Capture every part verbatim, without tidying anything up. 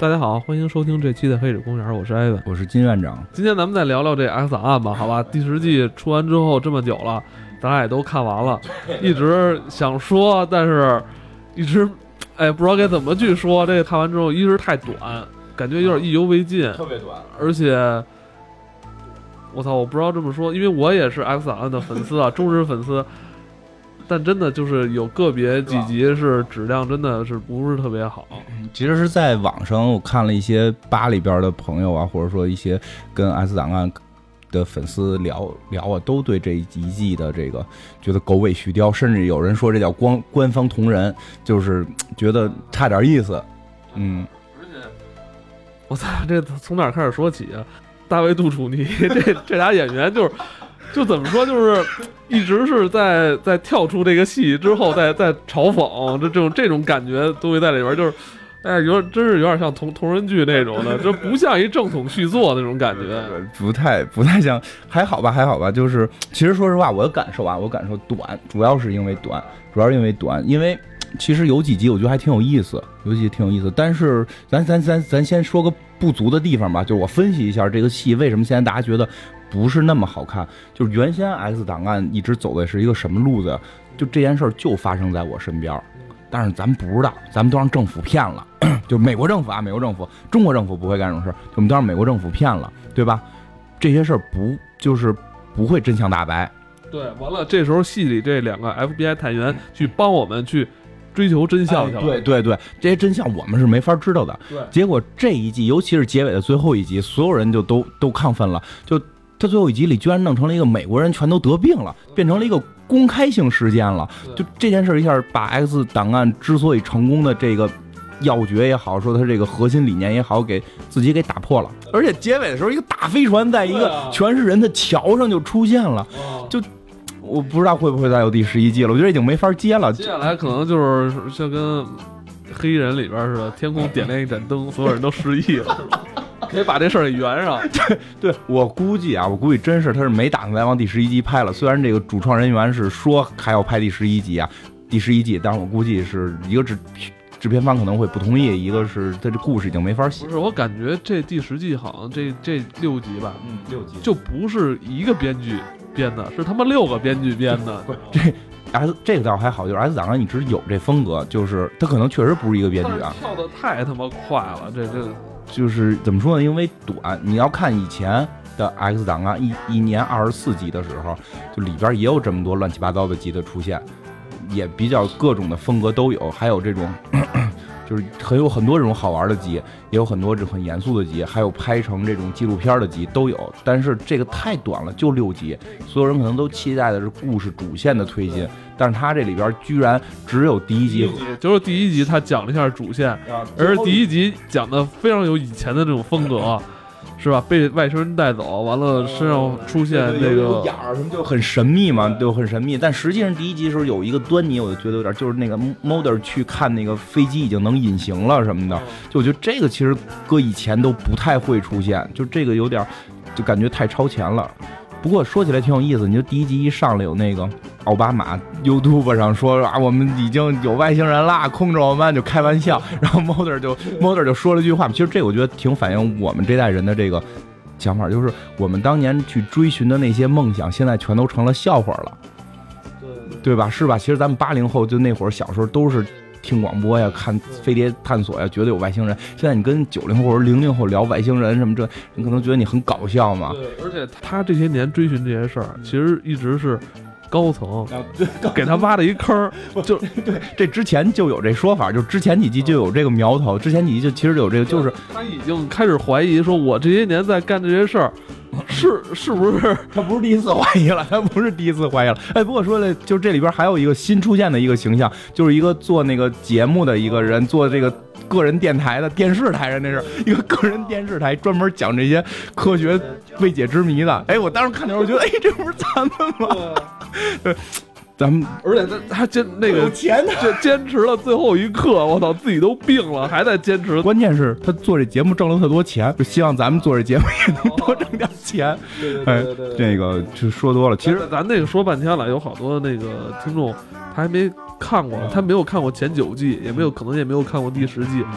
大家好，欢迎收听这期的黑水公园，我是艾文， 我是金院长。 今天咱们再聊聊这 X 档案吧，好吧？第十季出完之后这么久了，咱俩也都看完了，一直想说，但是一直哎不知道该怎么去说。这个看完之后，一是太短，感觉有点意犹未尽， 特别短， 而且我操，我不知道这么说，因为我也是 X 档案的粉丝啊，忠实粉丝。但真的就是有个别几集是质量真的是不是特别好。 其实是在网上我看了一些吧里边的朋友啊，或者说一些跟 S 档案的粉丝聊聊啊，都对这一季的这个觉得狗尾续貂，甚至有人说这叫官官方同人，就是觉得差点意思。嗯， 而且我操，这从哪开始说起啊？大卫杜楚尼这这俩演员就是就怎么说，就是一直是在在跳出这个戏之后，在在嘲讽这这种这种感觉都会在里边，就是哎，有点真是有点像同同人剧那种的，这不像一正统续作那种感觉， 不太不太像，还好吧还好吧，就是其实说实话，我的感受啊，我感受短，主要是因为短，主要是因为短，因为其实有几集我觉得还挺有意思，有几集挺有意思，但是咱咱咱咱先说个不足的地方吧，就是我分析一下这个戏为什么现在大家觉得不是那么好看，就是原先 X 档案一直走的是一个什么路子，就这件事儿就发生在我身边，但是咱们不知道，咱们都让政府骗了，就美国政府啊，美国政府，中国政府不会干这种事儿，我们都让美国政府骗了，对吧？这些事儿不就是不会真相大白。对， 完了，这时候戏里这两个 F B I 探员去帮我们去追求真相去了、 哎、对对对，这些真相我们是没法知道的。 对， 结果这一季，尤其是结尾的最后一集，所有人就都都亢奋了，就他最后一集里居然弄成了一个美国人全都得病了，变成了一个公开性事件了。就这件事一下把 X 档案之所以成功的这个要诀也好，说他这个核心理念也好，给自己给打破了。而且结尾的时候，一个大飞船在一个全是人的桥上就出现了，就。我不知道会不会再有第十一季了，我觉得已经没法接了。 接下来可能就是像跟黑衣人里边似的，天空点亮一盏灯，所有人都失忆了，可以把这事儿给圆上。 对，对我估计啊，我估计真是他是没打算再往第十一集拍了。虽然这个主创人员是说还要拍第十一集啊，第十一季，但是我估计是一个制制片方可能会不同意，一个是他这故事已经没法写。 不是，我感觉这第十季好像这这六集吧， 嗯，六集就不是一个编剧编的，是他妈六个编剧编的。 不，这 S 这个倒还好，就是 S 档案一直有这风格，就是他可能确实不是一个编剧啊， 跳的太他妈快了，这这就是怎么说呢？因为短，你要看以前的 X 档案一一年二十四集的时候，就里边也有这么多乱七八糟的集的出现，也比较各种的风格都有，还有这种。就是很有很多这种好玩的集，也有很多这很严肃的集，还有拍成这种纪录片的集都有。但是这个太短了，就六集，所有人可能都期待的是故事主线的推进，但是他这里边居然只有第一集， 就是第一集他讲了一下主线，而第一集讲的非常有以前的这种风格。是吧？被外星人带走，完了身上出现这个眼儿什么，就很神秘嘛，就很神秘。但实际上第一集的时候有一个端倪，我就觉得有点，就是那个 Mulder 去看那个飞机已经能隐形了什么的，就我觉得这个其实搁以前都不太会出现，就这个有点，就感觉太超前了。不过说起来挺有意思，你就第一集一上来有那个奥巴马 YouTube 上说啊，我们已经有外星人啦，控制我们，就开玩笑。然后 Mulder 就 Mulder 就说了一句话，其实这个我觉得挺反映我们这代人的这个想法，就是我们当年去追寻的那些梦想，现在全都成了笑话了，对对吧？是吧？其实咱们八零后就那会儿小时候都是听广播呀，看飞碟探索呀，觉得有外星人。现在你跟九零后或者零零后聊外星人什么这，你可能觉得你很搞笑嘛。 对，而且他这些年追寻这些事儿，其实一直是高层给他挖了一坑，就对，这之前就有这说法，就之前几集就有这个苗头，之前几集就其实有这个，就是他已经开始怀疑，说我这些年在干这些事儿。是是不是他不是第一次怀疑了？他不是第一次怀疑了。哎，不过说的就这里边还有一个新出现的一个形象，就是一个做那个节目的一个人，做这个个人电台的电视台人，那是一个个人电视台，专门讲这些科学未解之谜的。哎，我当时看的时候，我觉得，哎，这不是咱们吗？对。咱们， 而且他他坚那个坚坚持了最后一刻，我操，自己都病了还在坚持。 关键是他做这节目挣了特多钱，就希望咱们做这节目也能多挣点钱。 对对对对， 这个就说多了。其实咱那个说半天了，有好多那个听众他还没看过，他没有看过前九季，也没有可能也没有看过第十季。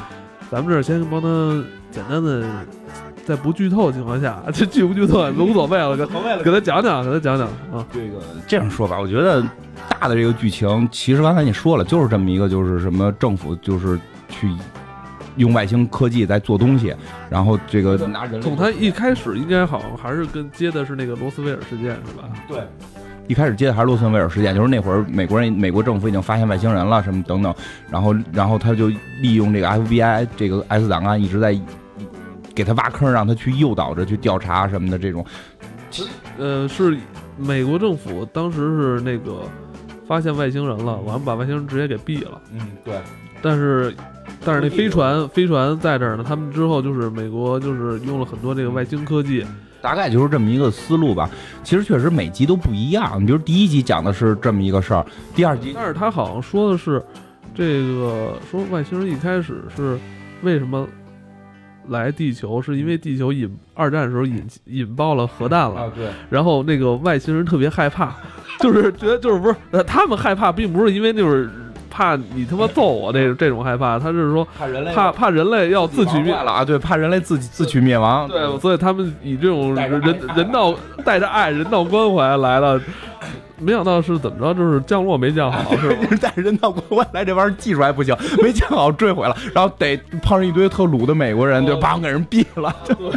咱们这儿先帮他简单的，在不剧透的情况下，这剧不剧透也无所谓了，给给他讲讲，给他讲讲啊。 这个这样说吧，我觉得大的这个剧情，其实刚才你说了，就是这么一个，就是什么政府就是去用外星科技在做东西，然后这个拿人从他一开始应该好像还是跟接的是那个罗斯威尔事件是吧？ 对。一开始接的还是罗森威尔事件，就是那会儿美国人、美国政府已经发现外星人了，什么等等，然后，然后他就利用这个 F B I 这个 S 档案一直在给他挖坑，让他去诱导着去调查什么的这种。 呃，是美国政府当时是那个发现外星人了，完了把外星人直接给毙了。 嗯，对。 但是，但是那飞船飞船在这儿呢，他们之后就是美国就是用了很多这个外星科技。 大概就是这么一个思路吧。其实确实每集都不一样，你比如第一集讲的是这么一个事儿，第二集， 但是他好像说的是，这个说外星人一开始是为什么来地球，是因为地球引二战的时候引引爆了核弹了， 啊、对， 然后那个外星人特别害怕，就是觉得就是不是他们害怕，并不是因为就是。怕你他妈揍我这这种害怕，他是说怕人类怕怕人类要自取灭了啊！对，怕人类自自取灭亡。 对，所以他们以这种人人道带着爱、人道关怀来了。没想到是怎么着，就是降落没降好，是吧？ 带着人道关怀来，这玩意儿技术还不行，没降好坠毁了，然后得碰上一堆特鲁的美国人，就把我给人毙了。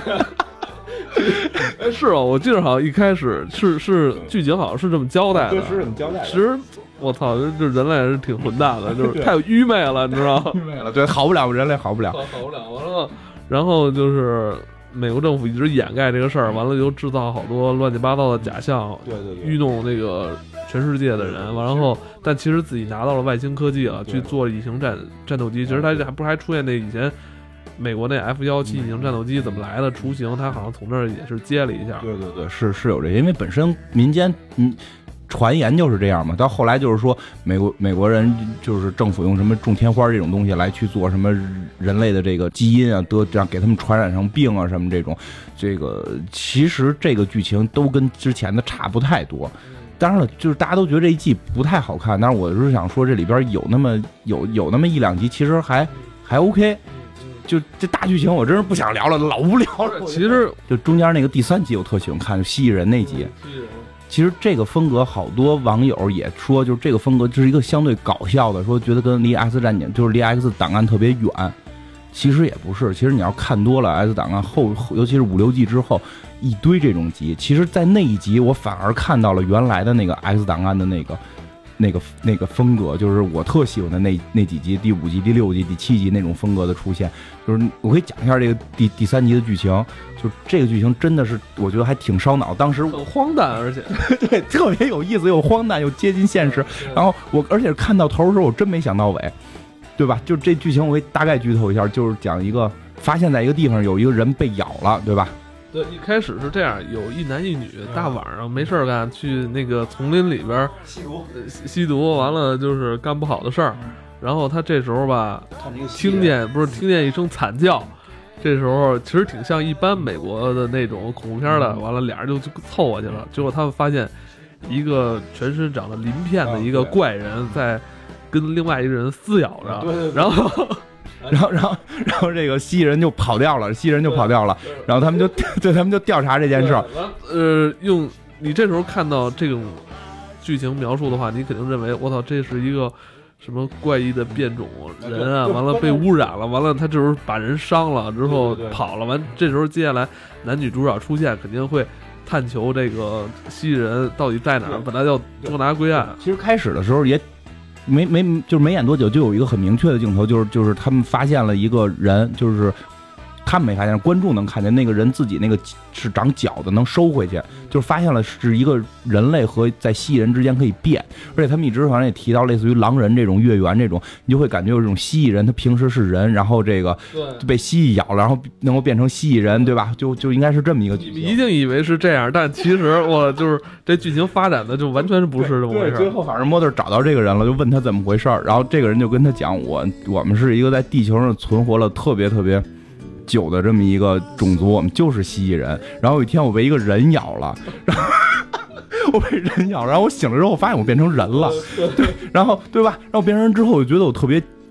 哎，是哦，我记得好像一开始是是剧情好像是这么交代的， 是这么交代的。 其实我操，这人类是挺混蛋的，就是太愚昧了，你知道吗？ 愚昧了，对，好不了，人类好不了， 好不了。完了，然后就是美国政府一直掩盖这个事儿，完了就制造好多乱七八糟的假象， 对对对， 愚弄那个全世界的人。完然后，但其实自己拿到了外星科技了，去做隐形战战斗机。其实他还不是还出现那以前。美国那 F 十七隐形战斗机怎么来的雏形，他好像从这儿也是接了一下。 对对对，是是有这，因为本身民间嗯传言就是这样嘛。到后来就是说，美国美国人就是政府用什么种天花这种东西来去做什么人类的这个基因啊，都这样给他们传染上病啊什么这种。这个其实这个剧情都跟之前的差不太多。当然了，就是大家都觉得这一季不太好看，但是我是想说这里边有那么有有那么一两集，其实还还 OK。就这大剧情我真是不想聊了，老无聊了。 其实就中间那个第三集我特喜欢看，就蜥蜴人那集。其实这个风格好多网友也说，就是这个风格就是一个相对搞笑的，说觉得跟离 X 战警就是离 X 档案特别远。其实也不是，其实你要看多了 X 档案后，尤其是五六季之后，一堆这种集。其实，在那一集我反而看到了原来的那个 X 档案的那个。那个那个风格就是我特喜欢的那那几集，第五集、第六集、第七集那种风格的出现。就是我可以讲一下这个第第三集的剧情，就这个剧情真的是我觉得还挺烧脑。当时很荒诞，而且对特别有意思，又荒诞又接近现实。然后我而且看到头的时候，我真没想到尾，对吧？就这剧情我给大概剧透一下，就是讲一个发现在一个地方有一个人被咬了，对吧？ 对，一开始是这样，有一男一女，大晚上没事干，去那个丛林里边吸毒， 吸毒，完了就是干不好的事儿。然后他这时候吧，听见不是听见一声惨叫，这时候其实挺像一般美国的那种恐怖片的。完了，俩人就凑过去了，结果他们发现一个全身长了鳞片的一个怪人在跟另外一个人撕咬着，然后。 然后，然后，然后这个蜥蜴人就跑掉了，蜥蜴人就跑掉了，然后他们就对他们就调查这件事儿。 呃，用你这时候看到这种剧情描述的话，你肯定认为我操，这是一个什么怪异的变种人啊！完了被污染了，完了他这时候把人伤了之后跑了，完这时候接下来男女主角出现，肯定会探求这个蜥蜴人到底在哪儿，把他要捉拿归案。 其实开始的时候也。没没就是没演多久，就有一个很明确的镜头，就是就是他们发现了一个人，就是他们没发现，观众能看见那个人自己那个是长脚的，能收回去，就是发现了是一个人类和在蜥蜴人之间可以变，而且他们一直好像也提到类似于狼人这种月圆这种，你就会感觉有这种蜥蜴人，他平时是人，然后这个被蜥蜴咬了，然后能够变成蜥蜴人，对吧？就就应该是这么一个剧情。 一定以为是这样，但其实我就是这剧情发展的就完全是不是这么回事。 最后反正莫德找到这个人了，就问他怎么回事，然后这个人就跟他讲，我我们是一个在地球上存活了特别特别久的这么一个种族，我们就是蜥蜴人。然后有一天我被一个人咬了，然后我被人咬，然后我醒了之后，我发现我变成人了，对，然后对吧？然后变成人之后，我就觉得我特别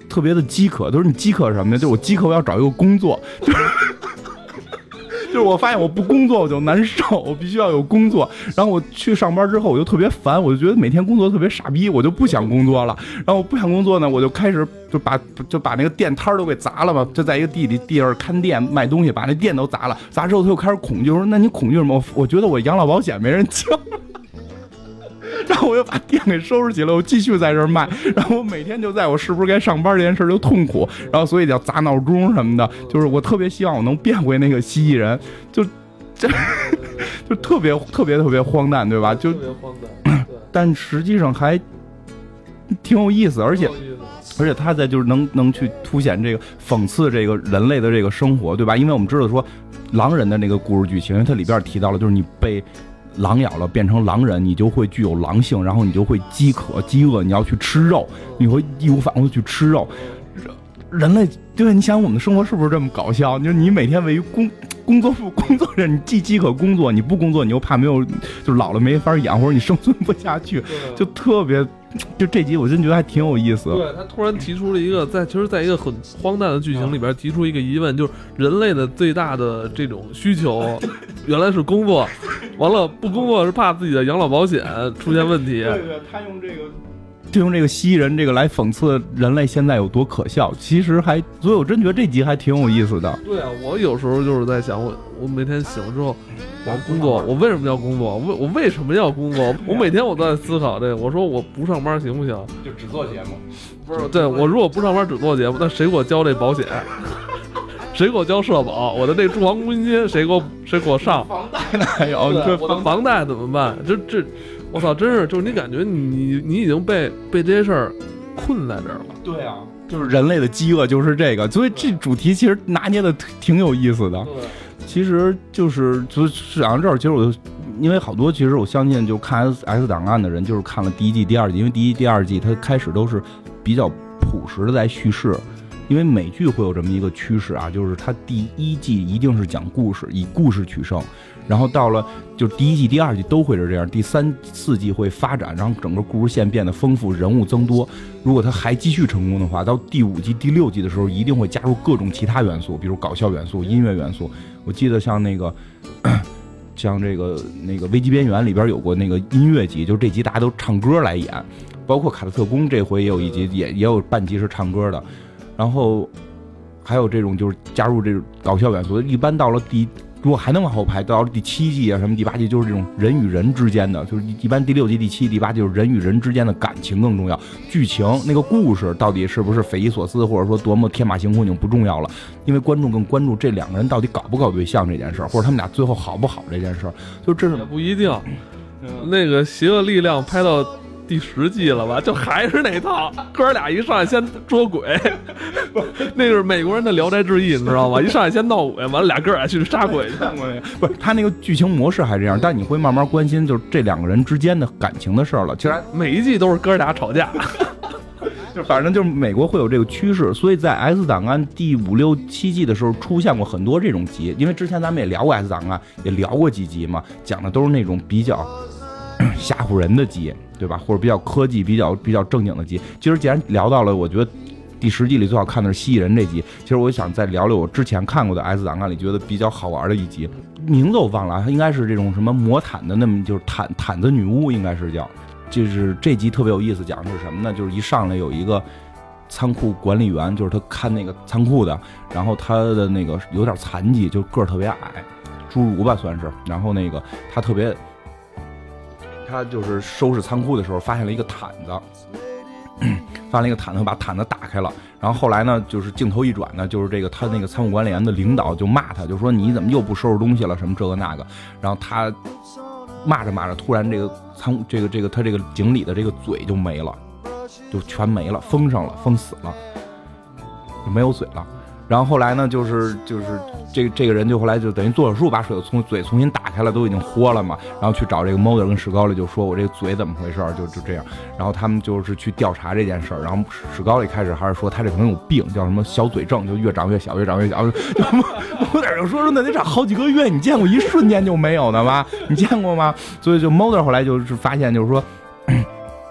特别的饥渴，都是你饥渴什么呢？就是我饥渴我要找一个工作，就是就是我发现我不工作我就难受，我必须要有工作。然后我去上班之后我就特别烦，我就觉得每天工作特别傻逼，我就不想工作了。然后我不想工作呢，我就开始就把就把那个店摊都给砸了嘛，就在一个地里地儿看店卖东西，把那店都砸了。砸之后他又开始恐惧，说那你恐惧什么？我我觉得我养老保险没人交。然后我又把店给收拾起来，我继续在这儿卖。然后我每天就在我是不是该上班这件事就痛苦，然后所以要砸闹钟什么的。就是我特别希望我能变回那个蜥蜴人，就这就特别特别特别荒诞，对吧？就特别荒诞， 但实际上还挺有意思，而且而且他在就是能能去凸显这个讽刺这个人类的这个生活，对吧？因为我们知道说狼人的那个故事剧情，因为它里边提到了，就是你被狼咬了变成狼人，你就会具有狼性，然后你就会饥渴饥饿，你要去吃肉，你会义无反顾去吃肉。人类对，你想我们的生活是不是这么搞笑？就是你每天为于工工作不工作人，你既饥渴工作，你不工作你又怕没有，就老了没法养，或者你生存不下去，就特别。就这集我真觉得还挺有意思。 对，他突然提出了一个在其实在一个很荒诞的剧情里边提出一个疑问，就是人类的最大的这种需求原来是工作，完了不工作是怕自己的养老保险出现问题。 对对，他用这个就用这个蜥蜴人这个来讽刺人类现在有多可笑，其实还，所以我真觉得这集还挺有意思的。 对啊，我有时候就是在想，我我每天醒了之后，我要工作，我为什么要工作？我我为什么要工作？我每天我都在思考这个。我说我不上班行不行？ 就只做节目。 不是，对，我如果不上班只做节目，那谁给我交这保险？谁给我交社保？我的这住房公积金谁给我谁给我上？ 房贷呢还有， 这我的房贷怎么办？这这。我操，真是就是你感觉你你已经被被这些事儿困在这儿了。 对啊，就是人类的饥饿就是这个，所以这主题其实拿捏的挺有意思的。 对， 其实就是就是讲到这儿，其实我就因为好多其实我相信就看 X 档案的人就是看了第一季第二季，因为第一第二季它开始都是比较朴实的在叙事。因为美剧会有这么一个趋势啊，就是它第一季一定是讲故事，以故事取胜，然后到了就第一季、第二季都会是这样，第三、四季会发展，然后整个故事线变得丰富，人物增多。如果它还继续成功的话，到第五季、第六季的时候，一定会加入各种其他元素，比如搞笑元素、音乐元素。我记得像那个。像这个那个危机边缘里边有过那个音乐集，就是这集大家都唱歌来演，包括卡特特工这回也有一集，也也有半集是唱歌的。然后还有这种就是加入这种搞笑元素，一般到了第如果还能往后排，到了第七季啊什么第八季，就是这种人与人之间的，就是一般第六季、第七、第八季就是人与人之间的感情更重要，剧情那个故事到底是不是匪夷所思，或者说多么天马行空已经不重要了，因为观众更关注这两个人到底搞不搞对象这件事儿，或者他们俩最后好不好这件事儿，就这也不一定。那个邪恶力量拍到第十季了吧，就还是那套，哥俩一上来先捉鬼，那是美国人的《聊斋志异》，你知道吗？一上来先闹鬼，完了俩哥俩去杀鬼去。 不是他那个剧情模式还是这样，但你会慢慢关心就是这两个人之间的感情的事儿了。其实每一季都是哥俩吵架， 就反正就是美国会有这个趋势，所以在 X 档案第五六七季的时候出现过很多这种集，因为之前咱们也聊过 X 档案，也聊过几集嘛，讲的都是那种比较吓唬人的集。对吧？或者比较科技、比较比较正经的集。其实既然聊到了，我觉得第十季里最好看的是蜥蜴人这集。其实我想再聊聊我之前看过的 X 档案里觉得比较好玩的一集，名字我忘了，它应该是这种什么魔毯的那么就是毯毯子女巫，应该是叫。就是这集特别有意思，讲的是什么呢？就是一上来有一个仓库管理员，就是他看那个仓库的，然后他的那个有点残疾，就个儿特别矮，侏儒吧算是。然后那个他特别。他就是收拾仓库的时候发现了一个毯子，发现了一个毯子，把毯子打开了。然后后来呢，就是镜头一转呢，就是这个他那个仓库管理员的领导就骂他，就说你怎么又不收拾东西了，什么这个那个。然后他骂着骂着，突然这个仓这个这个他这个经理的这个嘴就没了，就全没了，封上了，封死了，就没有嘴了。然后后来呢，就是就是这个这个人就后来就等于做手术把水从嘴重新打开了，都已经豁了嘛。然后去找这个 Mulder 跟史高利就说我这个嘴怎么回事，就就这样。然后他们就是去调查这件事儿。然后史高利开始还是说他这可能有病，叫什么小嘴症，就越长越小，越长越小。Mulder 就说说那得长好几个月，你见过一瞬间就没有的吗？你见过吗？所以就 Mulder 后来就是发现就是说。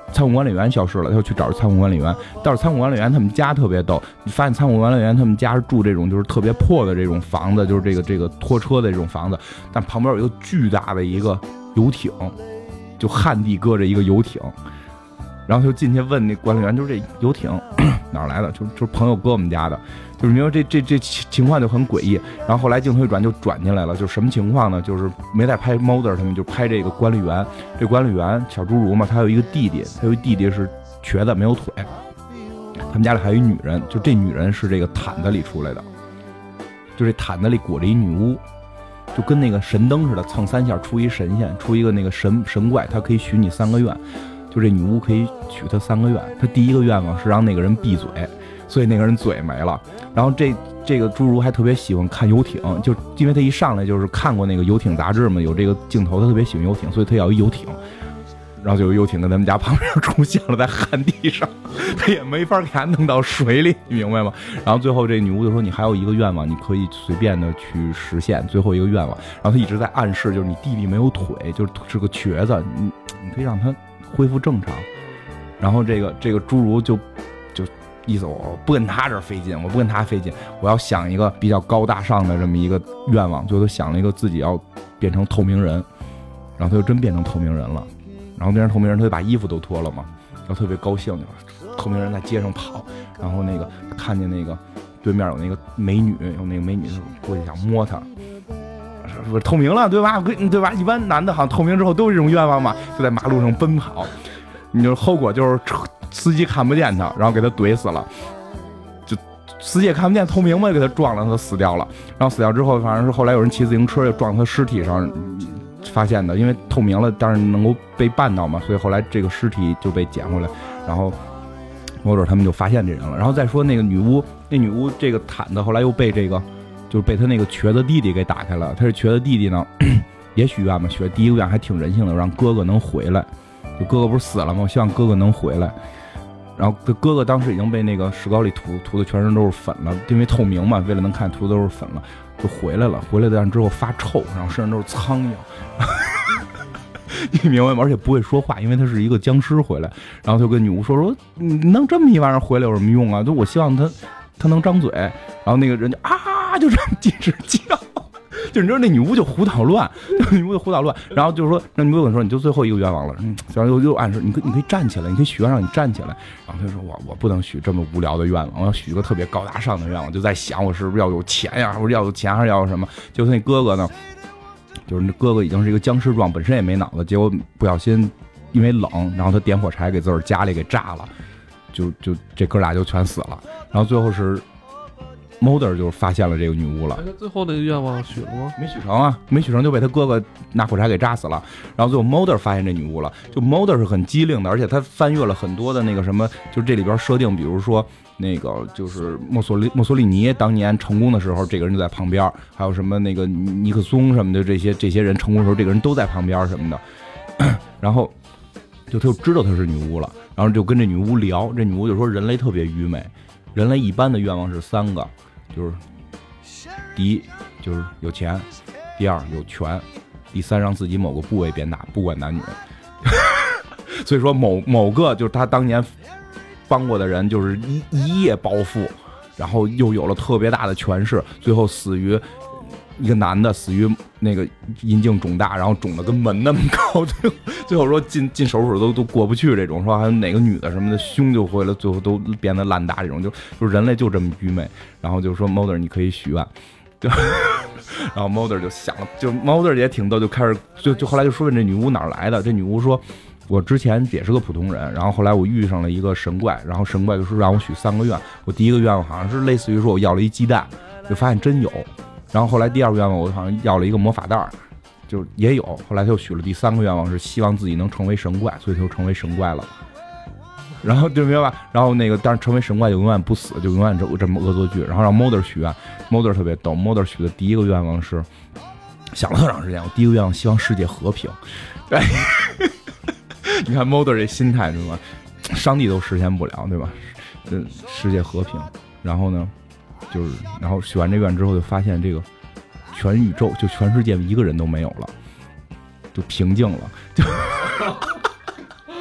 仓库管理员消失了，他就去找仓库管理员。到了仓库管理员他们家特别逗，你发现仓库管理员他们家是住这种就是特别破的这种房子，就是这个这个拖车的这种房子，但旁边有一个巨大的一个游艇，就旱地搁着一个游艇。然后就进去问那管理员，就是这游艇哪儿来的？就就是朋友搁我们家的，就是你说这这这情况就很诡异。然后后来镜头一转就转进来了，就是什么情况呢？就是没在拍 Mulder 他们，就拍这个管理员。这管理员小侏儒嘛，他有一个弟弟，他有一弟弟是瘸的，没有腿。他们家里还有一女人，就这女人是这个毯子里出来的，就这毯子里裹着一女巫，就跟那个神灯似的，蹭三下出一神仙，出一个那个神神怪，他可以许你三个愿。就这女巫可以许他三个愿，他第一个愿望是让那个人闭嘴，所以那个人嘴没了。然后这这个侏儒还特别喜欢看游艇，就因为他一上来就是看过那个游艇杂志嘛，有这个镜头，他特别喜欢游艇，所以他要一游艇。然后就有游艇在他们家旁边出现了，在旱地上，他也没法给他弄到水里，你明白吗？然后最后这女巫就说：“你还有一个愿望，你可以随便的去实现最后一个愿望。”然后他一直在暗示，就是你弟弟没有腿，就是是个瘸子，你你可以让他恢复正常。然后这个这个侏儒就就意思我不跟他这儿费劲，我不跟他费劲，我要想一个比较高大上的这么一个愿望，就他想了一个自己要变成透明人，然后他就真变成透明人了。然后变成透明人，他就把衣服都脱了嘛，然后特别高兴，就透明人在街上跑，然后那个看见那个对面有那个美女，有那个美女过去想摸他。说透明了，对吧？对吧？一般男的好像透明之后都是这种愿望嘛，就在马路上奔跑。你就后果就是司机看不见他，然后给他怼死了。就司机也看不见透明嘛，给他撞了，他死掉了。然后死掉之后，反正是后来有人骑自行车又撞他尸体上发现的，因为透明了，当然能够被绊到嘛，所以后来这个尸体就被捡回来。然后或者他们就发现这人了。然后再说那个女巫，那女巫这个毯子后来又被这个。就是被他那个瘸子弟弟给打开了，他是瘸子弟弟呢，也许愿嘛，许第一个愿还挺人性的，让哥哥能回来。就哥哥不是死了吗？我希望哥哥能回来。然后他哥哥当时已经被那个石膏里涂涂的全身都是粉了，因为透明嘛，为了能看涂的都是粉了，就回来了。回来但之后发臭，然后身上都是苍蝇。你明白吗？而且不会说话，因为他是一个僵尸回来。然后就跟女巫说说，你能这么一玩意儿回来有什么用啊？就我希望他他能张嘴。然后那个人就啊。就这么一直叫，就你知道那女巫就胡捣乱，女巫就胡捣乱，然后就是说，那女巫跟说你就最后一个愿望了，嗯，然后又又暗示你可你可以站起来，你可以许愿让你站起来，然后他就说我我不能许这么无聊的愿望，我要许一个特别高大上的愿望，就在想我是不是要有钱呀，或者要有钱还是要有什么？就那哥哥呢，就是那哥哥已经是一个僵尸状，本身也没脑子，结果不小心因为冷，然后他点火柴给自个儿家里给炸了，就就这哥俩就全死了，然后最后是。Mulder 就是发现了这个女巫了， 最后那个愿望许了吗？ 没许成啊，没许成就被他哥哥拿火柴给炸死了。然后最后 Mulder 发现这女巫了，就 Mulder 是很机灵的，而且他翻阅了很多的那个什么，就是这里边设定，比如说那个就是墨索里墨索里尼当年成功的时候，这个人就在旁边，还有什么那个尼克松什么的这些这些人成功的时候，这个人都在旁边什么的。然后就他就知道她是女巫了，然后就跟这女巫聊，这女巫就说人类特别愚昧，人类一般的愿望是三个。就是第一就是有钱，第二有权，第三让自己某个部位变大，不管男女。所以说某某个就是他当年帮过的人，就是一一夜暴富，然后又有了特别大的权势，最后死于一个男的，死于那个阴茎肿大，然后肿得跟门那么高，最后最后说进进手术都都过不去这种，说还有哪个女的什么的胸就回来，最后都变得烂大这种，就就是人类就这么愚昧。然后就说 Mulder 你可以许愿，就然后 Mulder 就想了，就 Mulder 也挺逗，就开始就就后来就说问这女巫哪儿来的，这女巫说。我之前也是个普通人，然后后来我遇上了一个神怪，然后神怪就说让我许三个愿，我第一个愿望好像是类似于说我要了一鸡蛋，就发现真有，然后后来第二个愿望我好像要了一个魔法袋，就也有，后来他又许了第三个愿望是希望自己能成为神怪，所以他就成为神怪了。然后对明白吧？然后那个但是成为神怪就永远不死，就永远这这么恶作剧，然后让 Mulder 许愿 ，Mulder 特别逗 ，Mulder 许的第一个愿望是想了特长时间，我第一个愿望希望世界和平，对。你看 Mulder 这心态对吧？上帝都实现不了对吧？嗯，世界和平。然后呢，就是然后许完这愿之后，就发现这个全宇宙就全世界一个人都没有了，就平静了，就就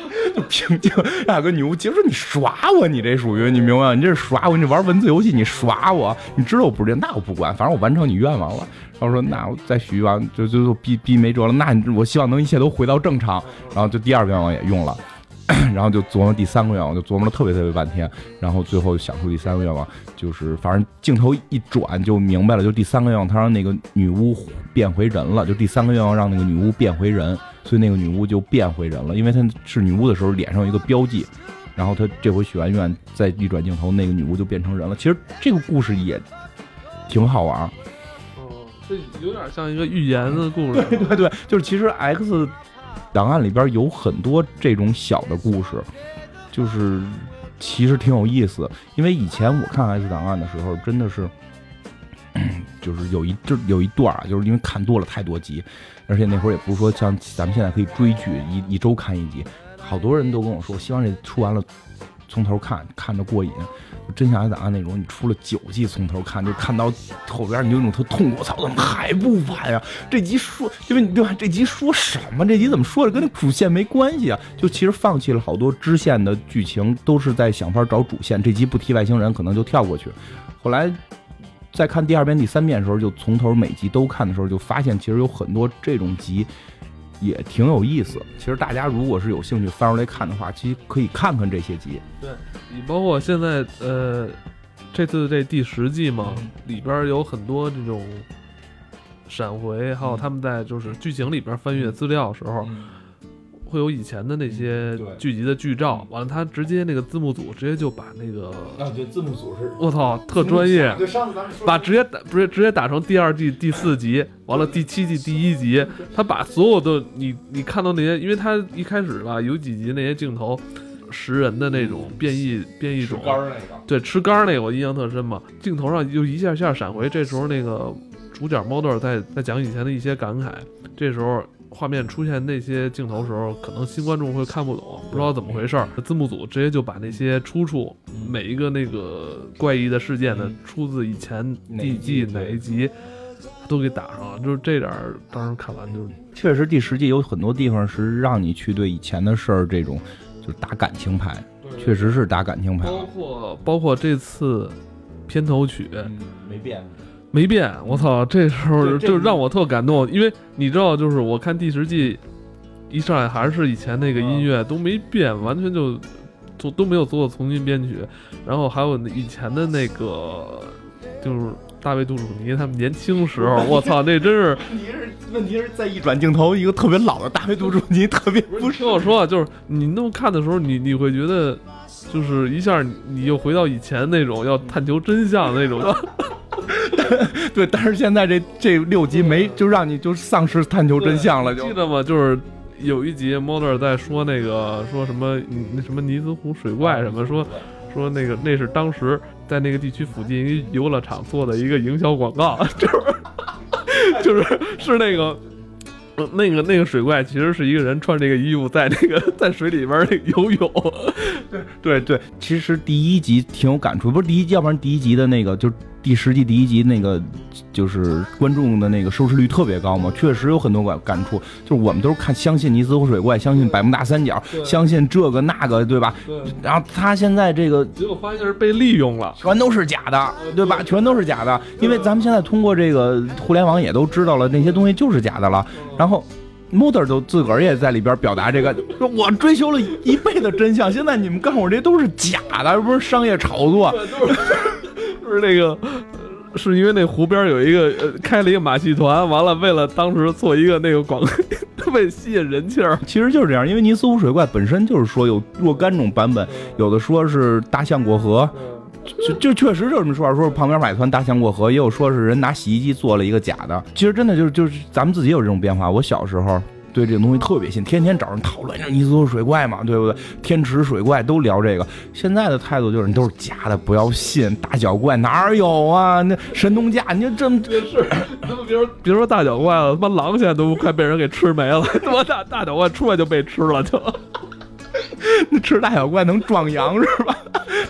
平静。两个女巫接着说你耍我，你这属于你明白吗？你这是耍我，你玩文字游戏你耍我，你知道我不是这，那我不管，反正我完成你愿望了。然后说那我再许愿，就就就逼逼没辙了，那我希望能一切都回到正常。然后就第二个愿望也用了。然后就琢磨第三个愿望，就琢磨了特别特别半天，然后最后想出第三个愿望，就是反正镜头一转就明白了，就第三个愿望他让那个女巫变回人了，就第三个愿望让那个女巫变回人，所以那个女巫就变回人了，因为她是女巫的时候脸上有一个标记，然后她这回许完愿再一转镜头，那个女巫就变成人了。其实这个故事也挺好玩。 哦，这有点像一个寓言的故事。 对对对，就是其实 X档案里边有很多这种小的故事，就是其实挺有意思。因为以前我看 X 档案的时候，真的是，就是有一就有一段啊，就是因为看多了太多集，而且那会儿也不是说像咱们现在可以追剧，一一周看一集，好多人都跟我说，希望这出完了从头看，看着过瘾。真相 X 档案那种，你出了九季从头看，就看到后边你就有种特痛苦，操，怎么还不完呀？这集说，因为你对吧？这集说什么？这集怎么说的跟那主线没关系啊？就其实放弃了好多支线的剧情，都是在想法找主线。这集不提外星人，可能就跳过去。后来再看第二遍、第三遍的时候，就从头每集都看的时候，就发现其实有很多这种集也挺有意思。其实大家如果是有兴趣翻出来看的话，其实可以看看这些集。 对，你包括现在呃，这次这第十季嘛，嗯、里边有很多这种闪回，还有他们在就是剧情里边翻阅资料的时候。嗯，会有以前的那些剧集的剧照，完了他直接那个字幕组直接就把那个啊，对，字幕组是， 我操，特专业，把直接打不是直接打成第二季第四集，完了第七季第一集，他把所有的你你看到那些，因为他一开始吧有几集那些镜头，食人的那种变异变异种， 吃肝那个， 对，吃肝那个我印象特深嘛，镜头上就一下下闪回，这时候那个主角猫豆在在讲以前的一些感慨，这时候。画面出现那些镜头的时候，可能新观众会看不懂，不知道怎么回事儿。字幕组直接就把那些出处，每一个那个怪异的事件的出自以前第几季哪一集，都给打上了。就是这点儿，当时看完就确实第十季有很多地方是让你去对以前的事儿这种就是打感情牌，确实是打感情牌。 包括包括这次片头曲、 嗯、没变。 没变，我操！这时候就让我特感动，因为你知道，就是我看第十季一上来还是以前那个音乐都没变，完全就都都没有做重新编曲，然后还有以前的那个就是大卫杜楚尼他们年轻时候，我操，那真是问题是问题是在一转镜头，一个特别老的大卫杜楚尼特别不是听我说啊，就是你那么看的时候，你你会觉得就是一下你又回到以前那种要探求真相的那种。 对，但是现在这这六集没就让你就丧失探求真相了，就记得吗？就是有一集 Mulder 在说那个说什么那什么尼斯湖水怪什么说说那个那是当时在那个地区附近一个游乐场做的一个营销广告，就是就是是那个。那个那个水怪其实是一个人穿这个衣服在那个在水里边那个游泳。 对对对，其实第一集挺有感触，不是第一集，要不然第一集的那个就是第十季第一集那个就是观众的那个收视率特别高嘛，确实有很多感感触。就是我们都是看相信尼斯湖水怪，相信百慕大三角，相信这个那个，对吧？对。然后他现在这个结果发现是被利用了， 全都是假的，对吧？全都是假的，因为咱们现在通过这个互联网也都知道了那些东西就是假的了。然后 Mulder 都自个儿也在里边表达这个，说我追求了一辈子真相，现在你们告诉我这都是假的，而不是商业炒作。 就是那个，是因为那湖边有一个呃开了一个马戏团，完了为了当时做一个那个广告，为吸引人气儿。 其实就是这样，因为尼斯湖水怪本身就是说有若干种版本，有的说是大象过河。就就确实就这么说，说旁边买团大象过河，也有说是人拿洗衣机做了一个假的。其实真的就是就是咱们自己有这种变化。我小时候对这个东西特别信，天天找人讨论尼斯湖水怪嘛，对不对？天池水怪都聊这个。现在的态度就是你都是假的，不要信。大脚怪哪有啊？那神农架你就这么是，那么比如比如说大脚怪了，他妈狼现在都快被人给吃没了，他妈大大脚怪出来就被吃了就。 那吃大小怪能壮阳是吧？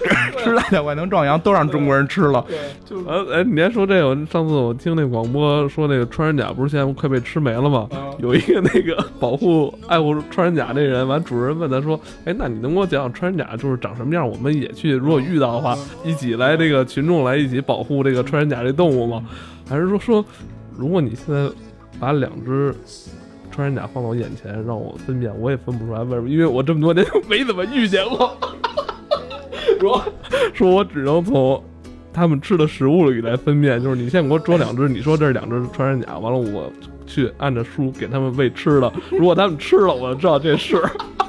吃大脚怪能壮阳，都让中国人吃了。 就哎，你还说这个？上次我听那广播说，那个穿山甲不是现在快被吃没了吗？有一个那个保护爱护穿山甲那人，完主人问他说：“哎，那你能给我讲讲穿山甲就是长什么样？我们也去，如果遇到的话，一起来这个群众来一起保护这个穿山甲这动物吗？”还是说说，如果你现在把两只穿山甲放到我眼前，让我分辨，我也分不出来为什么，因为我这么多年就没怎么遇见过。说说我只能从他们吃的食物里来分辨，就是你现在给我捉两只，你说这是两只穿山甲，完了我去按着书给他们喂吃的，如果他们吃了，我就知道这是。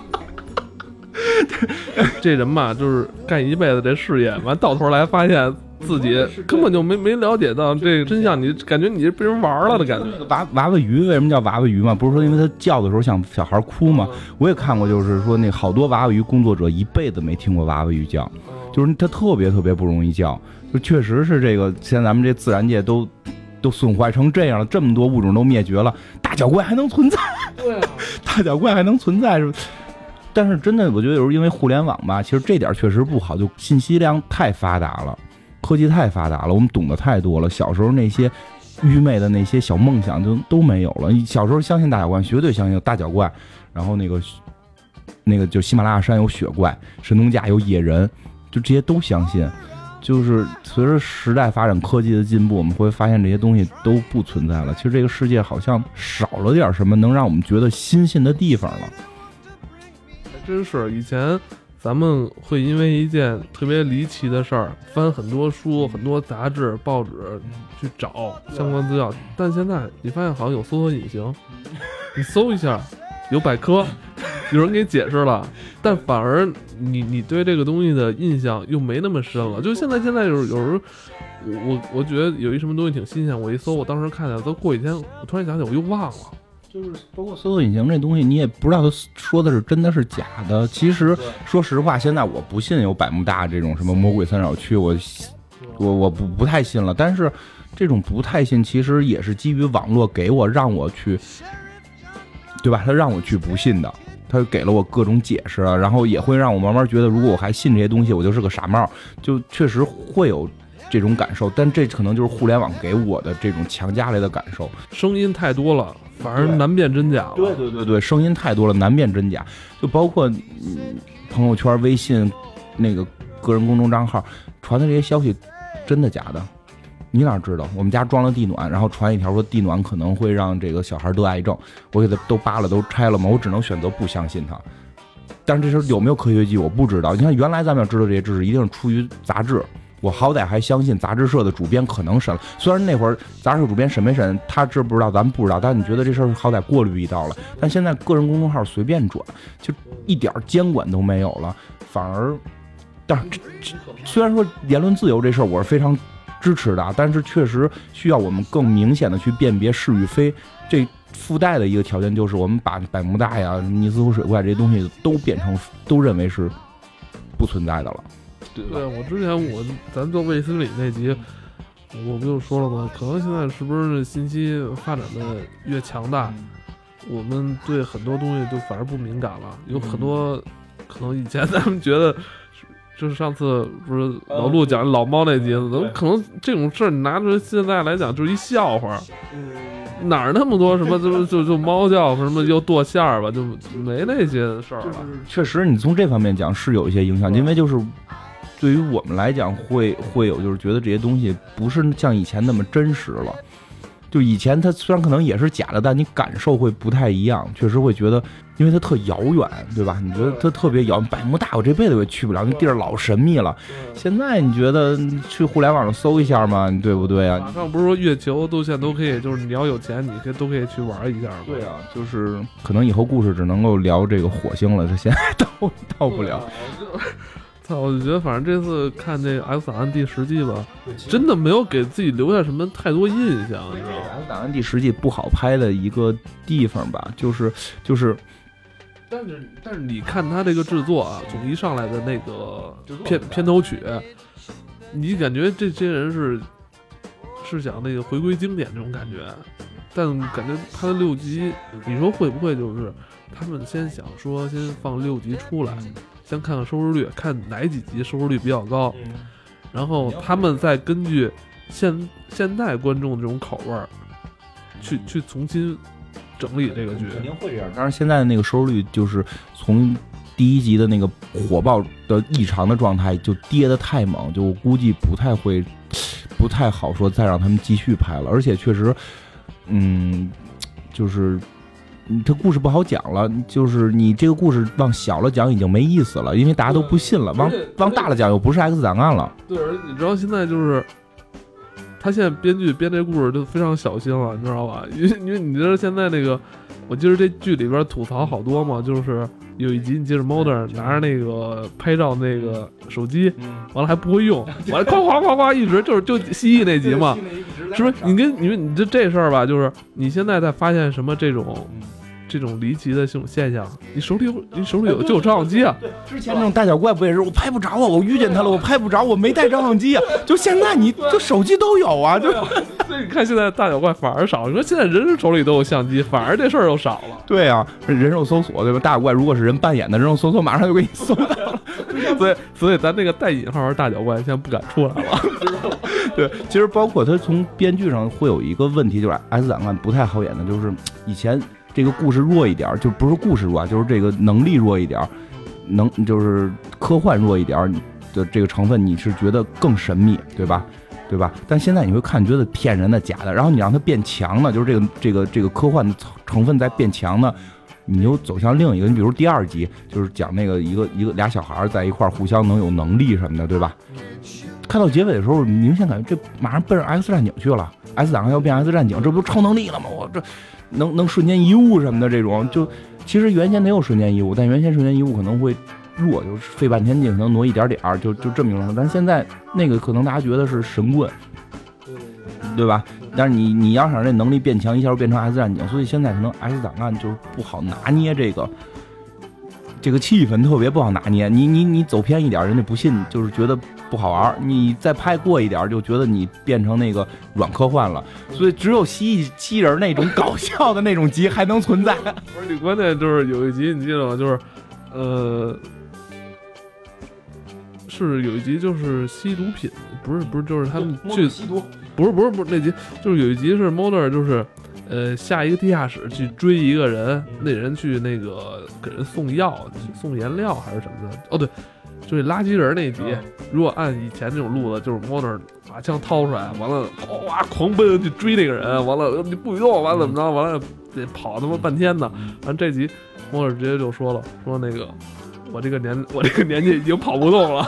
这人吧，就是干一辈子这事业，完到头来发现自己根本就没没了解到这个真相，你感觉你是被人玩了的感觉。 那个娃娃娃鱼为什么叫娃娃鱼嘛？不是说因为它叫的时候像小孩哭吗？我也看过，就是说那好多娃娃鱼工作者一辈子没听过娃娃鱼叫，就是它特别特别不容易叫，就确实是这个。现在咱们这自然界都都损坏成这样了，这么多物种都灭绝了，大脚怪还能存在？ 对啊， 大脚怪还能存在是？但是真的，我觉得有时候因为互联网吧，其实这点确实不好，就信息量太发达了。科技太发达了，我们懂得太多了。小时候那些愚昧的那些小梦想就都没有了。小时候相信大脚怪，绝对相信有大脚怪，然后那个那个就喜马拉雅山有雪怪，神农架有野人，就这些都相信。就是随着时代发展，科技的进步，我们会发现这些东西都不存在了。其实这个世界好像少了点什么能让我们觉得新鲜的地方了。 还真是以前。咱们会因为一件特别离奇的事儿，翻很多书、很多杂志、报纸去找相关资料，但现在你发现好像有搜索引擎，你搜一下，有百科，有人给解释了，但反而你你对这个东西的印象又没那么深了。就现在现在有有时候，我我觉得有一什么东西挺新鲜，我一搜，我当时看见，都过几天，我突然想起我又忘了。 就是包括搜索引擎这东西，你也不知道他说的是真的是假的。其实说实话，现在我不信有百慕大这种什么魔鬼三角区，我我我不不太信了。但是这种不太信，其实也是基于网络给我让我去，对吧？他让我去不信的，他给了我各种解释，然后也会让我慢慢觉得，如果我还信这些东西，我就是个傻帽。就确实会有这种感受，但这可能就是互联网给我的这种强加来的感受。 声音太多了。反而难辨真假了。 对对对对，声音太多了，难辨真假。就包括、嗯、朋友圈、微信那个个人公众账号传的这些消息，真的假的？你哪知道？我们家装了地暖，然后传一条说地暖可能会让这个小孩得癌症，我给他都扒了，都拆了嘛，我只能选择不相信他。但是这事有没有科学依据，我不知道。你看，原来咱们要知道这些知识，一定是出于杂志。我好歹还相信杂志社的主编可能审了，虽然那会儿杂志社主编审没审他知不知道咱们不知道，但你觉得这事儿好歹过滤一道了。但现在个人公众号随便转，就一点监管都没有了，反而，但是虽然说言论自由这事儿我是非常支持的，但是确实需要我们更明显的去辨别是与非。这附带的一个条件就是我们把百慕大呀、尼斯湖水怪这些东西都变成都认为是不存在的了。 对，我之前我咱做卫斯理那集，我不就说了吗？可能现在是不是信息发展的越强大，我们对很多东西就反而不敏感了。有很多可能以前咱们觉得，就是上次不是老陆讲老猫那集，可能这种事儿你拿出现在来讲就是一笑话。哪儿那么多什么就就就猫叫什么又剁馅儿吧，就没那些事儿了。 确实，你从这方面讲是有一些影响，因为就是。对于我们来讲会会有就是觉得这些东西不是像以前那么真实了，就以前它虽然可能也是假的，但你感受会不太一样，确实会觉得因为它特遥远，对吧？你觉得它特别遥远，百慕大我这辈子也去不了，那地儿老神秘了。现在你觉得去互联网上搜一下嘛，对不对啊？ 马上不是说月球都现在都可以，就是你要有钱你可以都可以去玩一下。 对啊，就是可能以后故事只能够聊这个火星了，这现在到到不了。 我就觉得，反正这次看这个《X 档案》第十季吧，真的没有给自己留下什么太多印象，你知道吗？ X 档案第十季不好拍的一个地方吧，就是就是， 但是但是你看他这个制作啊，从一上来的那个片片头曲，你感觉这些人是是想那个回归经典这种感觉，但感觉他的六集，你说会不会就是他们先想说先放六集出来？ 先看看收视率，看哪几集收视率比较高，然后他们再根据现现代观众这种口味儿，去去重新整理这个剧， 肯定会这样。当然，现在的那个收视率就是从第一集的那个火爆的异常的状态就跌得太猛，就我估计不太会，不太好说再让他们继续拍了。而且确实，嗯，就是它故事不好讲了，就是你这个故事往小了讲已经没意思了，因为大家都不信了。往往大了讲又不是 X 档案了。 对，而你知道现在就是。他现在编剧编这故事就非常小心了，你知道吧？因为因为你知道现在那个，我记得这剧里边吐槽好多嘛，就是有一集你记着 Mulder 拿着那个拍照那个手机，完了还不会用，完了夸夸夸夸一直就是就蜥蜴那集嘛，是不是？你跟你你这这事儿吧，就是你现在在发现什么这种。这种离奇的这种现象，你手里有你手里有就有照相机啊。 之前那种大脚怪不也是我拍不着啊，我遇见他了，我拍不着，我没带照相机啊。就现在你就手机都有啊，就所以你看现在大脚怪反而少。你说现在人人手里都有相机，反而这事儿又少了。 对啊，人肉搜索对吧？大脚怪如果是人扮演的，人肉搜索马上就给你搜到了。 所以所以咱那个带引号的大脚怪现在不敢出来了，知道吗？ 对，其实包括他从编剧上会有一个问题，就是 X 档案不太好演的，就是以前。这个故事弱一点，就不是故事弱，就是这个能力弱一点，能就是科幻弱一点的这个成分，你是觉得更神秘，对吧？对吧？但现在你会看，觉得骗人的、假的，然后你让它变强呢，就是这个这个这个科幻的成分在变强呢，你又走向另一个。你比如第二集，就是讲那个一个一个俩小孩在一块互相能有能力什么的，对吧？看到结尾的时候，明显感觉这马上奔着 X 战警去了 ，X 档案要变 X 战警，这不超能力了吗？我这。能能瞬间移物什么的这种，就其实原先得有瞬间移物，但原先瞬间移物可能会弱，就是费半天劲，可能挪一点点就就这么用。但是现在那个可能大家觉得是神棍，对吧？但是你你要想这能力变强，一下就变成 X 战警，所以现在可能 X 档案就是不好拿捏这个这个气氛，特别不好拿捏。你你你走偏一点，人家不信，就是觉得不好玩；你再拍过一点，就觉得你变成那个软科幻了。所以只有蜥蜴蜥人那种搞笑的那种集还能存在。 不是，你关键就是有一集你记得吗？就是呃，是有一集就是吸毒品，不是不是，就是他们去吸毒， 不是不是不是那集，就是有一集是 Mulder 就是呃下一个地下室去追一个人，那人去那个给人送药、送颜料还是什么的。哦对。就是垃圾人那集，如果按以前这种路子，就是 Mulder 把枪掏出来，完了哇狂奔去追那个人，完了你不许动，完了怎么着，完了得跑他妈半天呢。完这集 Mulder 直接就说了，说那个我这个年我这个年纪已经跑不动了，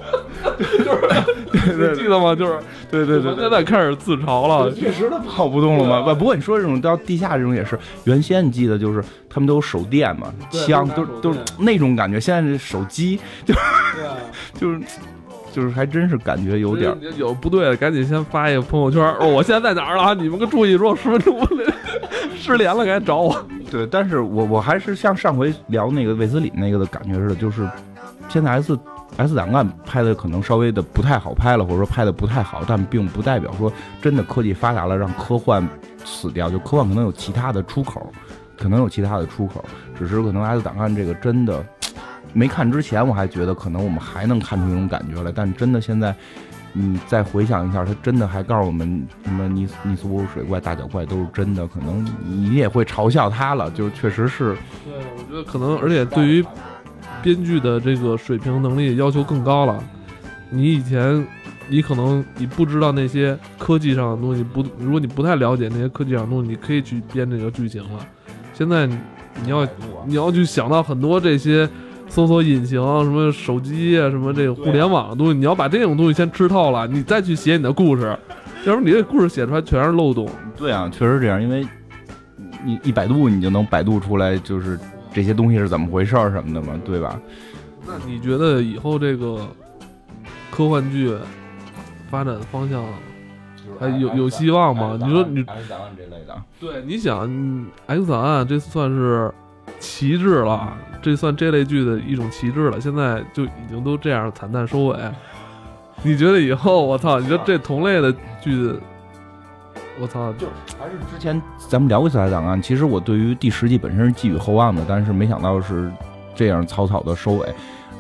就是对对，记得吗？就是对对对，现在开始自嘲了， 确实他跑不动了嘛。不过你说这种到地下这种也是，原先你记得就是他们都有手电嘛，枪都都是那种感觉，现在这手机就就是就是还真是感觉有点有不对的，赶紧先发一个朋友圈，哦，我现在在哪儿了？你们个注意，如果十分钟失联了，赶紧找我。 对，但是我我还是像上回聊那个卫斯理那个的感觉似的，就是现在 S S 档案拍的可能稍微的不太好拍了，或者说拍的不太好，但并不代表说真的科技发达了让科幻死掉，就科幻可能有其他的出口，可能有其他的出口，只是可能 S 档案这个真的没看之前我还觉得可能我们还能看出一种感觉来，但真的现在你再回想一下，他真的还告诉我们什么尼斯尼斯湖水怪、大脚怪都是真的，可能你也会嘲笑他了，就确实是。 对，我觉得可能，而且对于编剧的这个水平能力要求更高了。你以前你可能你不知道那些科技上的东西，不，如果你不太了解那些科技上的东西，你可以去编这个剧情了。现在你要你要去想到很多这些搜索引擎，什么手机啊，什么这个互联网的东西，你要把这种东西先吃透了，你再去写你的故事，要不然你这故事写出来全是漏洞。 对啊，确实这样，因为你一百度你就能百度出来，就是这些东西是怎么回事什么的嘛，对吧？ 那你觉得以后这个科幻剧发展方向还有有希望吗？你说你 X 档案这类的， 对，你想 X 档案这算是旗帜了，这算这类剧的一种旗帜了，现在就已经都这样惨淡收尾。你觉得以后我操，你说这同类的剧，我操， 就还是之前咱们聊过《X 档案》，其实我对于第十季本身是寄予厚望的，但是没想到是这样草草的收尾。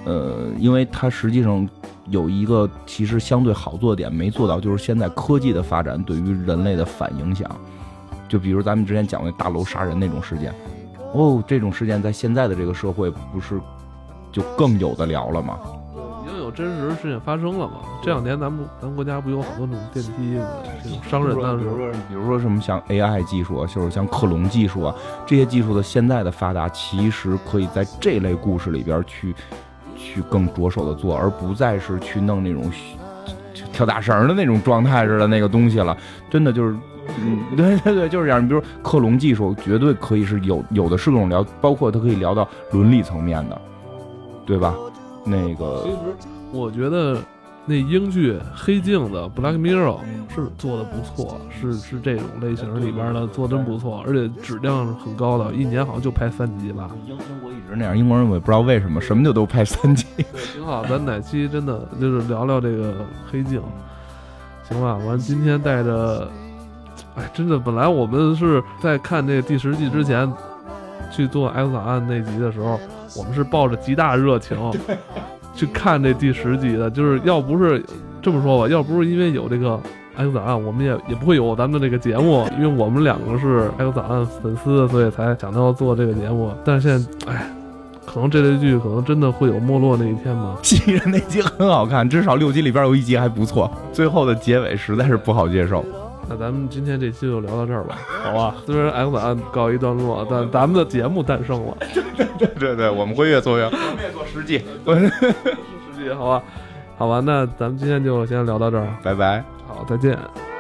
呃，因为它实际上有一个其实相对好做的点没做到，就是现在科技的发展对于人类的反影响。就比如咱们之前讲的大楼杀人那种事件，哦，这种事件在现在的这个社会不是就更有的聊了吗？ 已经有真实事件发生了嘛？这两年咱们咱们国家不有很多这种电梯的这种伤人的， 比如说比如说什么像 A I 技术啊，就是像克隆技术啊，这些技术的现在的发达，其实可以在这类故事里边去去更着手的做，而不再是去弄那种跳大绳的那种状态似的那个东西了。真的就是。嗯，对对对，就是这样。你比如说克隆技术，绝对可以是有有的是各种聊，包括它可以聊到伦理层面的，对吧？那个， 其实我觉得那英剧《黑镜》的《Black Mirror》是做的不错，是是这种类型里边的做真不错，而且质量是很高的，一年好像就拍三集吧。 英英国一直那样，英国人我也不知道为什么什么就都拍三集， 挺好。咱哪期真的就是聊聊这个《黑镜》，行吧？完今天带着。哎，真的，本来我们是在看这个第十季之前去做 X 档案那集的时候，我们是抱着极大热情去看这第十集的。就是要不是这么说吧，要不是因为有这个 X 档案，我们也也不会有咱们的这个节目。因为我们两个是 X 档案粉丝，所以才想到做这个节目。但是现在，哎，可能这类剧可能真的会有没落那一天吧。 蜥蜴人那集很好看，至少六集里边有一集还不错，最后的结尾实在是不好接受。 那咱们今天这期就聊到这儿吧，好吧？虽然 X 档案告一段落，但咱们的节目诞生了。 对对对对，我们会越做越，我们越做实际， 实际，好吧？好吧，那咱们今天就先聊到这儿， 拜拜， 好，再见。